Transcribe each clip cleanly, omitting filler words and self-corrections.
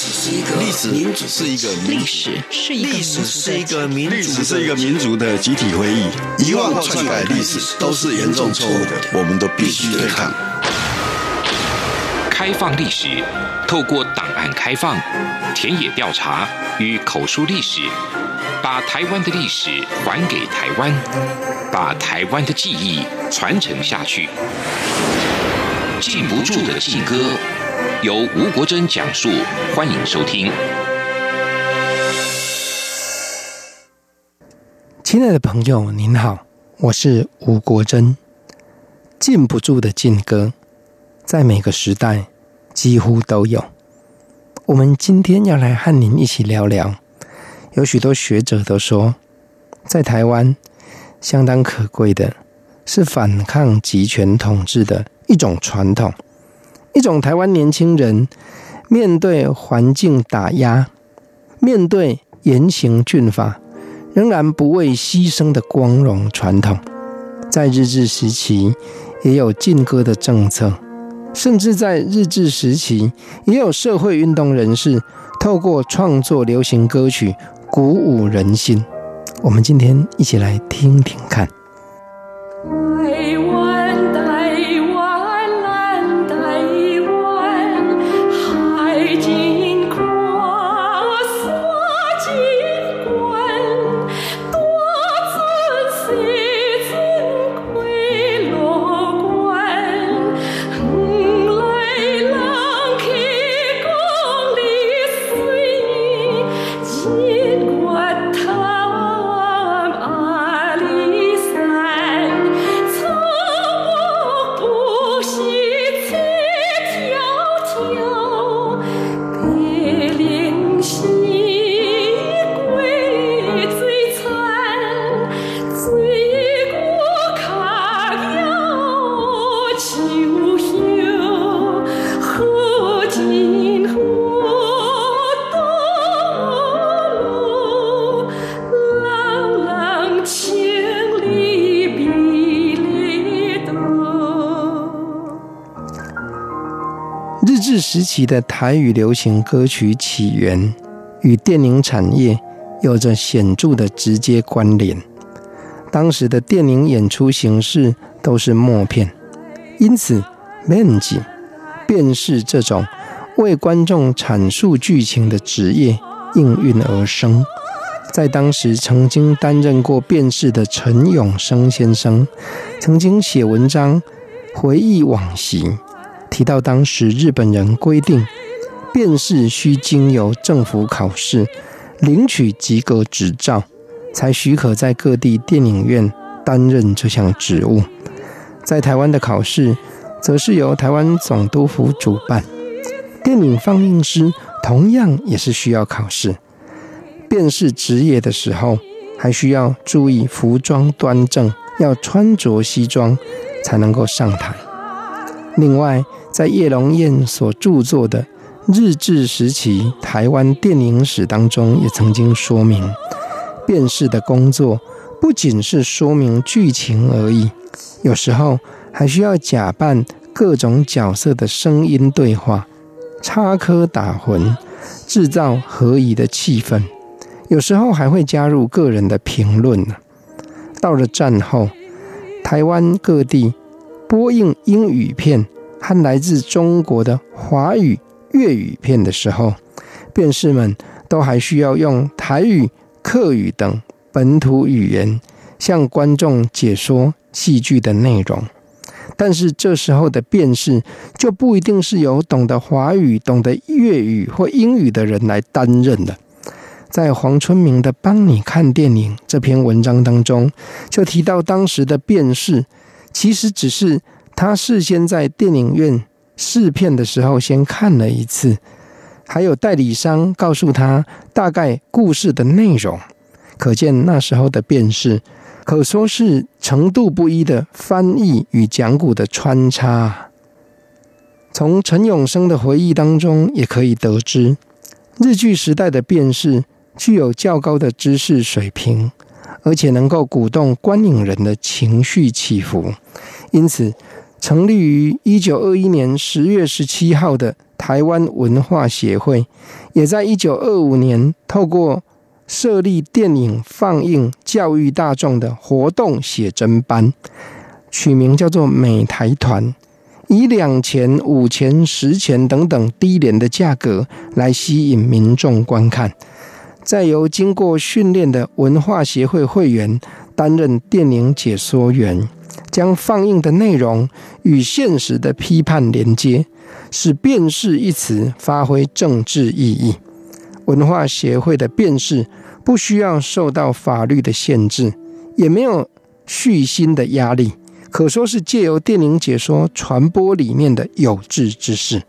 是一个民族的集体回忆，遗忘或篡改历史都是严重错误的，我们都必须对抗。 开放历史，透过档案开放、田野调查与口述历史，把台湾的历史还给台湾，把台湾的记忆传承下去。禁不住的禁歌，由吴国珍讲述，欢迎收听。 亲爱的朋友您好，我是吴国珍。禁不住的禁歌，在每个时代几乎都有。我们今天要来和您一起聊聊，有许多学者都说，在台湾相当可贵的是反抗集权统治的一种传统，一种台湾年轻人面对环境打压，面对严刑峻法，仍然不畏牺牲的光荣传统。在日治时期也有禁歌的政策，甚至在日治时期也有社会运动人士透过创作流行歌曲鼓舞人心。我们今天一起来听听看。日治时期的台语流行歌曲起源与电影产业有着显著的直接关联。当时的电影演出形式都是默片，因此编辑便是这种为观众阐述剧情的职业应运而生。在当时曾经担任过辩士的陈永生先生曾经写文章回忆往昔，提到当时日本人规定辩士需经由政府考试领取及格执照，才许可在各地电影院担任这项职务。在台湾的考试则是由台湾总督府主办，电影放映师同样也是需要考试。辩士职业的时候还需要注意服装端正，要穿着西装才能够上台。另外，在叶龙彦所著作的日治时期台湾电影史当中，也曾经说明，辩士的工作不仅是说明剧情而已，有时候还需要假扮各种角色的声音对话，插科打诨，制造合宜的气氛，有时候还会加入个人的评论。到了战后，台湾各地播映英语片和来自中国的华语、粤语片的时候，辩士们都还需要用台语、客语等本土语言向观众解说戏剧的内容。但是这时候的辩士就不一定是由懂得华语、懂得粤语或英语的人来担任的。在黄春明的《帮你看电影》这篇文章当中，就提到当时的辩士其实只是他事先在电影院试片的时候先看了一次，还有代理商告诉他大概故事的内容，可见那时候的辩士可说是程度不一的翻译与讲古的穿插。从陈永生的回忆当中也可以得知，日据时代的辩士具有较高的知识水平，而且能够鼓动观影人的情绪起伏。因此成立于1921年10月17号的台湾文化协会也在1925年透过设立电影放映教育大众的活动写真班，取名叫做美台团，以2钱、5钱、10钱等等低廉的价格来吸引民众观看，再由经过训练的文化协会会员担任电影解说员，将放映的内容与现实的批判连接，使辨识一词发挥政治意义。文化协会的辨识不需要受到法律的限制，也没有续薪的压力，可说是借由电影解说传播理念的有志之士。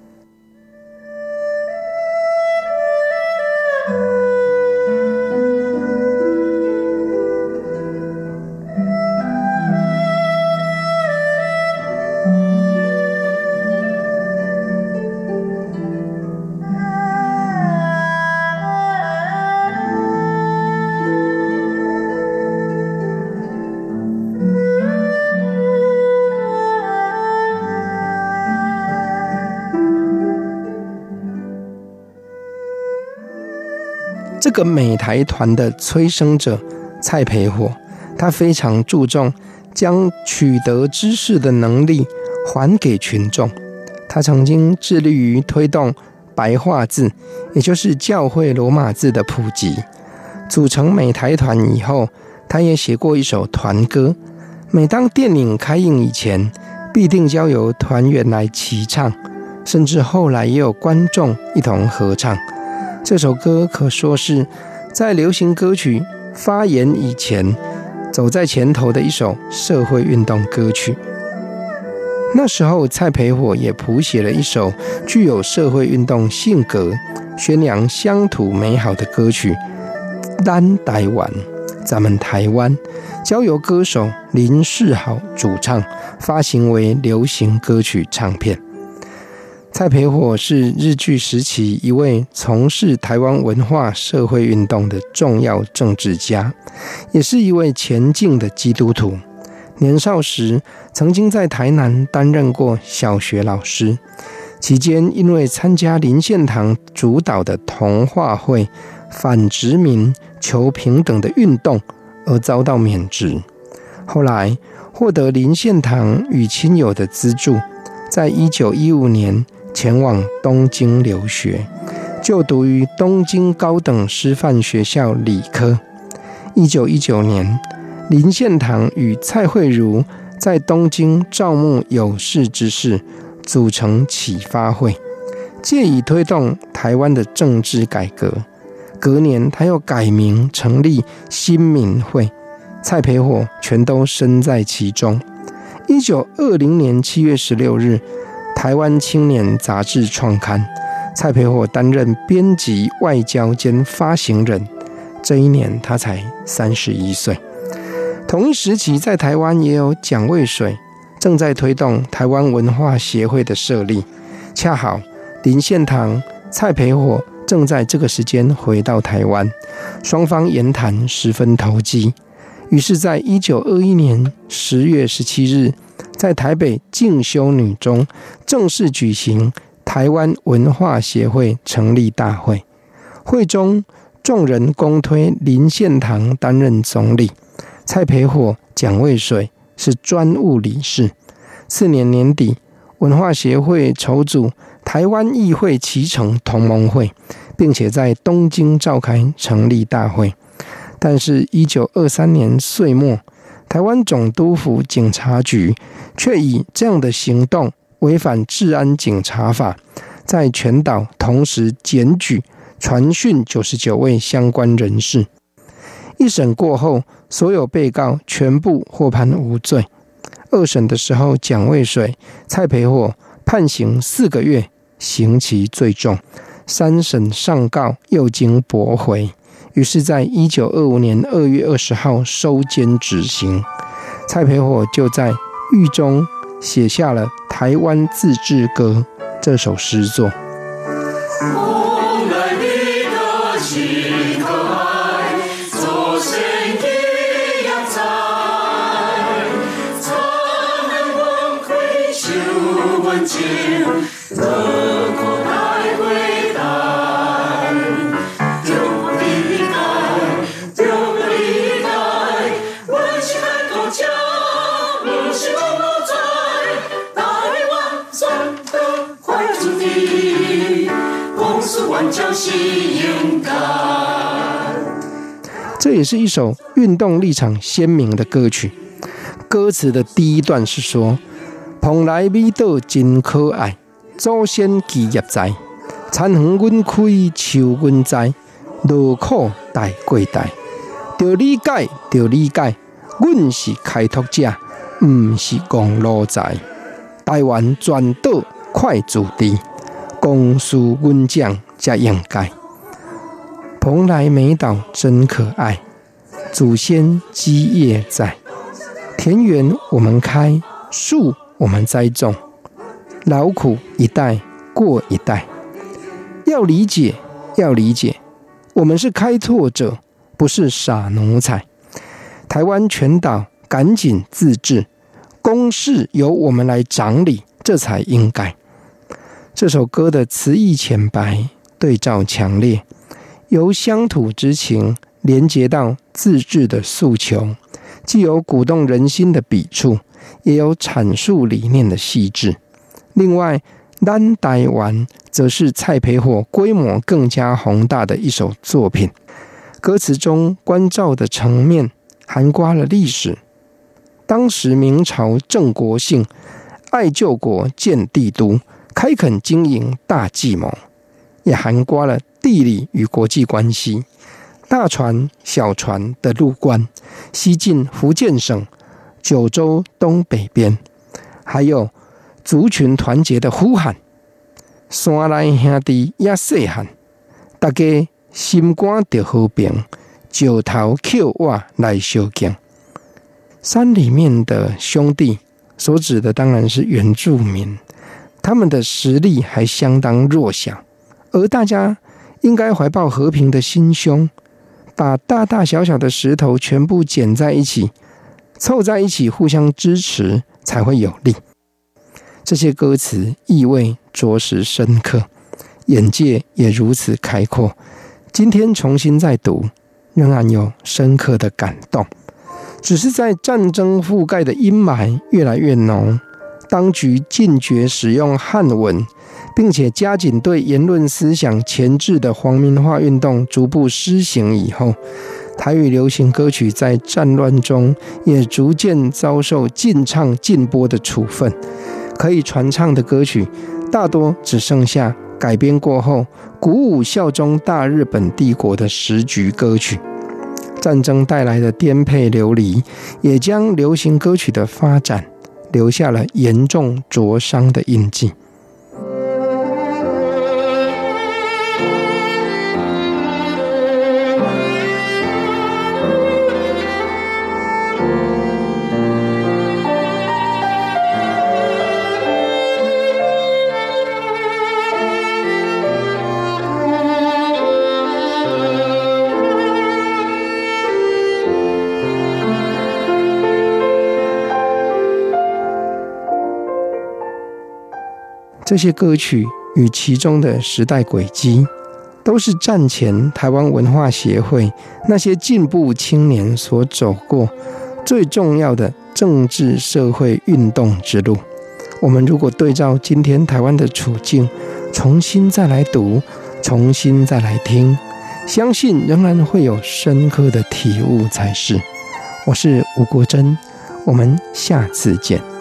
这个美台团的催生者蔡培火，他非常注重将取得知识的能力还给群众。他曾经致力于推动白话字，也就是教会罗马字的普及。组成美台团以后，他也写过一首团歌，每当电影开映以前，必定交由团员来齐唱，甚至后来也有观众一同合唱。这首歌可说是在流行歌曲发源以前走在前头的一首社会运动歌曲。那时候蔡培火也谱写了一首具有社会运动性格、宣扬乡土美好的歌曲《咱台湾》，咱们台湾，交由歌手林世豪主唱，发行为流行歌曲唱片。蔡培火是日据时期一位从事台湾文化社会运动的重要政治家，也是一位前进的基督徒。年少时曾经在台南担任过小学老师，期间因为参加林献堂主导的同化会、反殖民、求平等的运动而遭到免职。后来获得林献堂与亲友的资助，在1915年前往东京留学，就读于东京高等师范学校理科。1919年，林献堂与蔡惠如在东京招募有识之士，组成启发会，借以推动台湾的政治改革。隔年，他又改名成立新民会，蔡培火全都身在其中。1920年7月16日，台湾青年杂志创刊，蔡培火担任编辑、外交兼发行人。这一年他才31岁。同一时期，在台湾也有蒋渭水正在推动台湾文化协会的设立，恰好林献堂、蔡培火正在这个时间回到台湾，双方言谈十分投机。于是在1921年10月17日，在台北静修女中正式举行台湾文化协会成立大会。会中众人公推林献堂担任总理，蔡培火、蒋渭水是专务理事。次年年底，文化协会筹组台湾议会期成同盟会，并且在东京召开成立大会。但是1923年岁末，台湾总督府警察局却以这样的行动违反治安警察法，在全岛同时检举传讯99位相关人士。一审过后，所有被告全部获判无罪。二审的时候，蒋渭水、蔡培火判刑4个月，刑期最重。三审上告又经驳回，于是在1925年2月20号收监执行。蔡培火就在狱中写下了《台湾自治歌》这首诗作。 文情，乐观。 就是应该。 这也是一首运动立场鲜明的歌曲。歌词的第一段是说：蓬莱美岛真可爱，祖先基业在，田园阮开树阮栽，劳苦大过代。要理解，要理解，阮是开拓者，毋是公路财。台湾全岛快自治，公事阮讲才应该。蓬莱美岛真可爱，祖先基业在，田园我们开，树我们栽种，劳苦一代过一代。要理解，要理解，我们是开拓者，不是傻奴才。台湾全岛赶紧自治，公事由我们来掌理，这才应该。这首歌的词意浅白，对照强烈，由乡土之情连结到自治的诉求，既有鼓动人心的笔触，也有阐述理念的细致。另外，咱台湾则是蔡培火规模更加宏大的一首作品。歌词中关照的层面涵括了历史，当时明朝正国姓，爱救国建帝都，开垦经营大计谋，也涵括了地理与国际关系，大船小船的入关，西进福建省九州东北边，还有族群团结的呼喊，山内兄弟也细汉，大家心肝着和平，石头扣瓦来相敬。山里面的兄弟所指的当然是原住民，他们的实力还相当弱小，而大家应该怀抱和平的心胸，把大大小小的石头全部捡在一起，凑在一起互相支持，才会有力。这些歌词意味着实深刻，眼界也如此开阔。今天重新再读，仍然有深刻的感动。只是在战争覆盖的阴霾越来越浓，当局禁绝使用汉文，并且加紧对言论思想钳制的皇民化运动逐步施行以后，台语流行歌曲在战乱中也逐渐遭受禁唱禁播的处分。可以传唱的歌曲大多只剩下改编过后鼓舞效忠大日本帝国的时局歌曲。战争带来的颠沛流离，也将流行歌曲的发展留下了严重灼伤的印记。这些歌曲与其中的时代轨迹，都是战前台湾文化协会那些进步青年所走过最重要的政治社会运动之路。我们如果对照今天台湾的处境，重新再来读，重新再来听，相信仍然会有深刻的体悟才是。我是吴国珍，我们下次见。